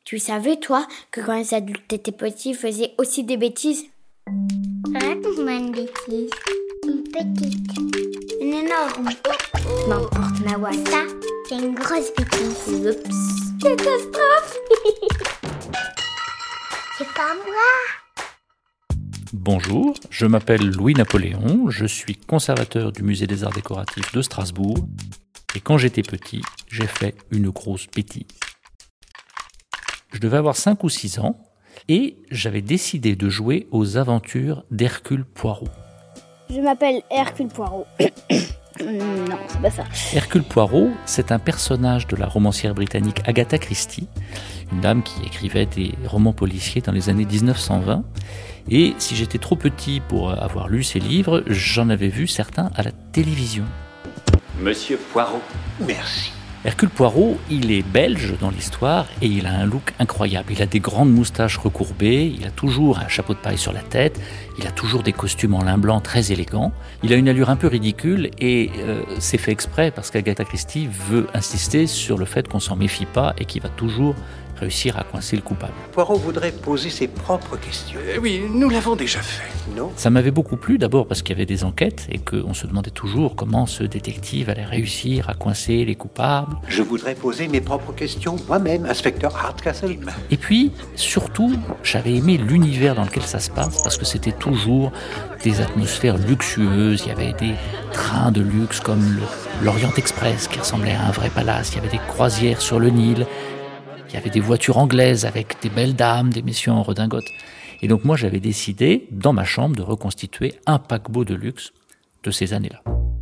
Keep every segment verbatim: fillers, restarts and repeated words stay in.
Tu savais, toi, que quand les adultes étaient petits, ils faisaient aussi des bêtises? Raconte-moi une bêtise. Une petite. Une énorme. N'importe, Mawa. Ça, c'est une grosse bêtise. Oups. Catastrophe. C'est pas moi. Bonjour, je m'appelle Louis-Napoléon, je suis conservateur du Musée des Arts Décoratifs de Strasbourg. Et quand j'étais petit, j'ai fait une grosse bêtise. Je devais avoir cinq ou six ans et j'avais décidé de jouer aux aventures d'Hercule Poirot. Je m'appelle Hercule Poirot. Non, c'est pas ça. Hercule Poirot, c'est un personnage de la romancière britannique Agatha Christie, une dame qui écrivait des romans policiers dans les années dix-neuf cent vingt. Et si j'étais trop petit pour avoir lu ces livres, j'en avais vu certains à la télévision. Monsieur Poirot. Merci. Hercule Poirot, il est belge dans l'histoire et il a un look incroyable. Il a des grandes moustaches recourbées, il a toujours un chapeau de paille sur la tête, il a toujours des costumes en lin blanc très élégants. Il a une allure un peu ridicule et euh, c'est fait exprès parce qu'Agatha Christie veut insister sur le fait qu'on s'en méfie pas et qu'il va toujours réussir à coincer le coupable. Poirot voudrait poser ses propres questions. Euh, oui, nous l'avons déjà fait. Non ? Ça m'avait beaucoup plu, d'abord parce qu'il y avait des enquêtes et qu'on se demandait toujours comment ce détective allait réussir à coincer les coupables. Je voudrais poser mes propres questions moi-même, inspecteur Hardcastle. Et puis, surtout, j'avais aimé l'univers dans lequel ça se passe parce que c'était toujours des atmosphères luxueuses. Il y avait des trains de luxe comme le, l'Orient Express qui ressemblait à un vrai palace. Il y avait des croisières sur le Nil. Il y avait des voitures anglaises avec des belles dames, des messieurs en redingote. Et donc moi, j'avais décidé, dans ma chambre, de reconstituer un paquebot de luxe de ces années-là.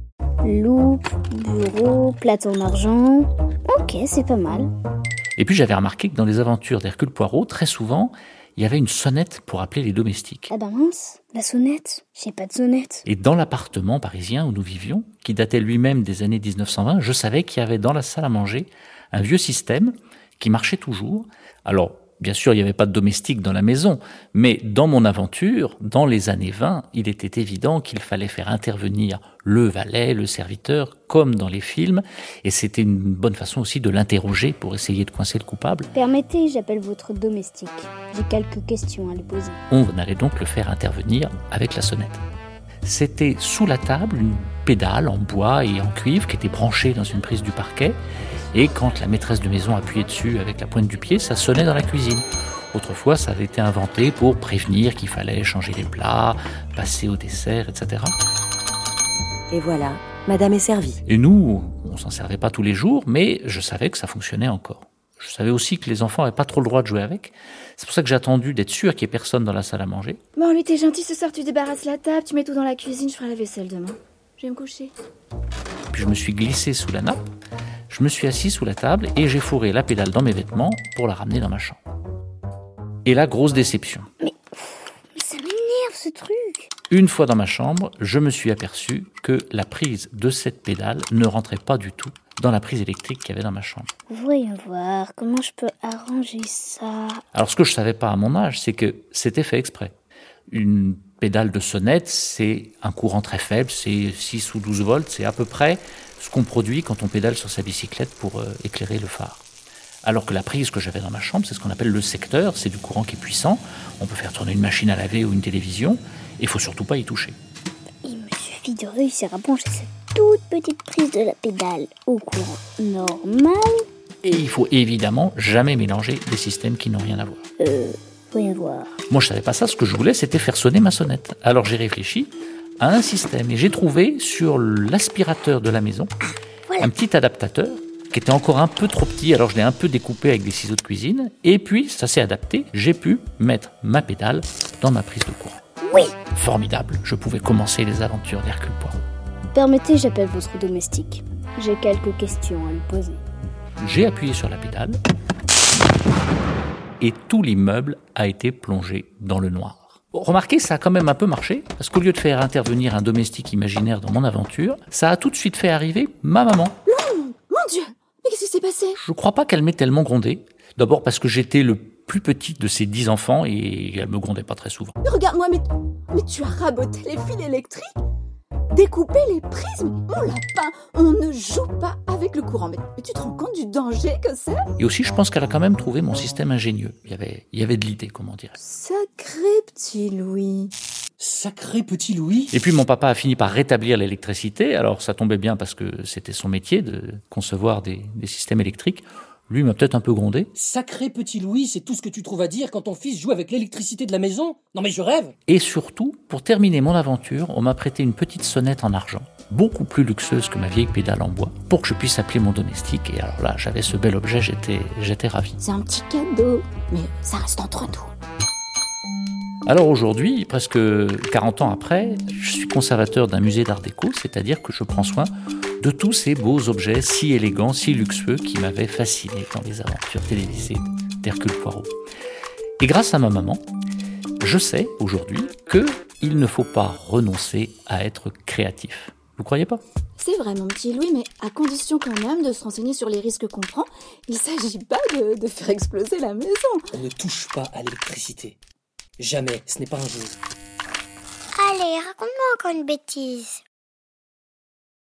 Loupe, bureau, plateau en argent. Ok, c'est pas mal. Et puis j'avais remarqué que dans les aventures d'Hercule Poirot, très souvent, il y avait une sonnette pour appeler les domestiques. Ah ben mince, la sonnette. J'ai pas de sonnette. Et dans l'appartement parisien où nous vivions, qui datait lui-même des années dix-neuf cent vingt, je savais qu'il y avait dans la salle à manger un vieux système qui marchait toujours. Alors, bien sûr, il n'y avait pas de domestique dans la maison, mais dans mon aventure, dans les années vingt, il était évident qu'il fallait faire intervenir le valet, le serviteur, comme dans les films, et c'était une bonne façon aussi de l'interroger pour essayer de coincer le coupable. Permettez, j'appelle votre domestique. J'ai quelques questions à lui poser. On allait donc le faire intervenir avec la sonnette. C'était sous la table une pédale en bois et en cuivre qui était branchée dans une prise du parquet. Et quand la maîtresse de maison appuyait dessus avec la pointe du pied, ça sonnait dans la cuisine. Autrefois, ça avait été inventé pour prévenir qu'il fallait changer les plats, passer au dessert, et cetera. Et voilà, madame est servie. Et nous, on s'en servait pas tous les jours, mais je savais que ça fonctionnait encore. Je savais aussi que les enfants n'avaient pas trop le droit de jouer avec. C'est pour ça que j'ai attendu d'être sûr qu'il n'y ait personne dans la salle à manger. Bon, lui, t'es gentil, ce soir, tu débarrasses la table, tu mets tout dans la cuisine, je ferai la vaisselle demain. Je vais me coucher. Puis je me suis glissé sous la nappe, je me suis assis sous la table et j'ai fourré la pédale dans mes vêtements pour la ramener dans ma chambre. Et là, grosse déception. Mais, mais ça m'énerve ce truc. Une fois dans ma chambre, je me suis aperçu que la prise de cette pédale ne rentrait pas du tout dans la prise électrique qu'il y avait dans ma chambre. Voyons voir, comment je peux arranger ça? Alors ce que je ne savais pas à mon âge, c'est que c'était fait exprès. Une pédale de sonnette, c'est un courant très faible, c'est six ou douze volts, c'est à peu près ce qu'on produit quand on pédale sur sa bicyclette pour euh, éclairer le phare. Alors que la prise que j'avais dans ma chambre, c'est ce qu'on appelle le secteur, c'est du courant qui est puissant, on peut faire tourner une machine à laver ou une télévision, et il ne faut surtout pas y toucher. Il me suffit de réussir à brancher cette toute petite prise de la pédale au courant normal. Et il faut évidemment jamais mélanger des systèmes qui n'ont rien à voir. Euh, voyons voir. Moi je savais pas ça, ce que je voulais c'était faire sonner ma sonnette. Alors j'ai réfléchi à un système et j'ai trouvé sur l'aspirateur de la maison voilà. un petit adaptateur qui était encore un peu trop petit, alors je l'ai un peu découpé avec des ciseaux de cuisine et puis ça s'est adapté, j'ai pu mettre ma pédale dans ma prise de courant. Oui. Formidable, je pouvais commencer les aventures d'Hercule Poirot. Permettez, j'appelle votre domestique. J'ai quelques questions à lui poser. J'ai appuyé sur la pédale et tout l'immeuble a été plongé dans le noir. Remarquez, ça a quand même un peu marché, parce qu'au lieu de faire intervenir un domestique imaginaire dans mon aventure, ça a tout de suite fait arriver ma maman. Non, mon Dieu, mais qu'est-ce qui s'est passé? Je crois pas qu'elle m'ait tellement grondé. D'abord parce que j'étais le plus petit de ses dix enfants et elle me grondait pas très souvent. Mais regarde-moi, mais, mais tu as raboté les fils électriques? Découper les prismes, mon lapin, on ne joue pas avec le courant. Mais, mais tu te rends compte du danger que c'est ? Et aussi, je pense qu'elle a quand même trouvé mon système ingénieux. Il y avait, il y avait de l'idée, comment dire. Sacré petit Louis. Sacré petit Louis. Et puis mon papa a fini par rétablir l'électricité. Alors ça tombait bien parce que c'était son métier de concevoir des, des systèmes électriques. Lui m'a peut-être un peu grondé. Sacré petit Louis, c'est tout ce que tu trouves à dire quand ton fils joue avec l'électricité de la maison ? Non mais je rêve ! Et surtout, pour terminer mon aventure, on m'a prêté une petite sonnette en argent, beaucoup plus luxueuse que ma vieille pédale en bois, pour que je puisse appeler mon domestique. Et alors là, j'avais ce bel objet, j'étais, j'étais ravi. C'est un petit cadeau, mais ça reste entre nous. Alors aujourd'hui, presque quarante ans après, je suis conservateur d'un musée d'art déco, c'est-à-dire que je prends soin de tous ces beaux objets si élégants, si luxueux qui m'avaient fasciné dans les aventures télévisées d'Hercule Poirot. Et grâce à ma maman, je sais aujourd'hui qu'il ne faut pas renoncer à être créatif. Vous croyez pas ? C'est vrai, mon petit Louis, mais à condition quand même de se renseigner sur les risques qu'on prend. Il ne s'agit pas de, de faire exploser la maison. On ne touche pas à l'électricité. Jamais, ce n'est pas un jeu. Allez, raconte-moi encore une bêtise.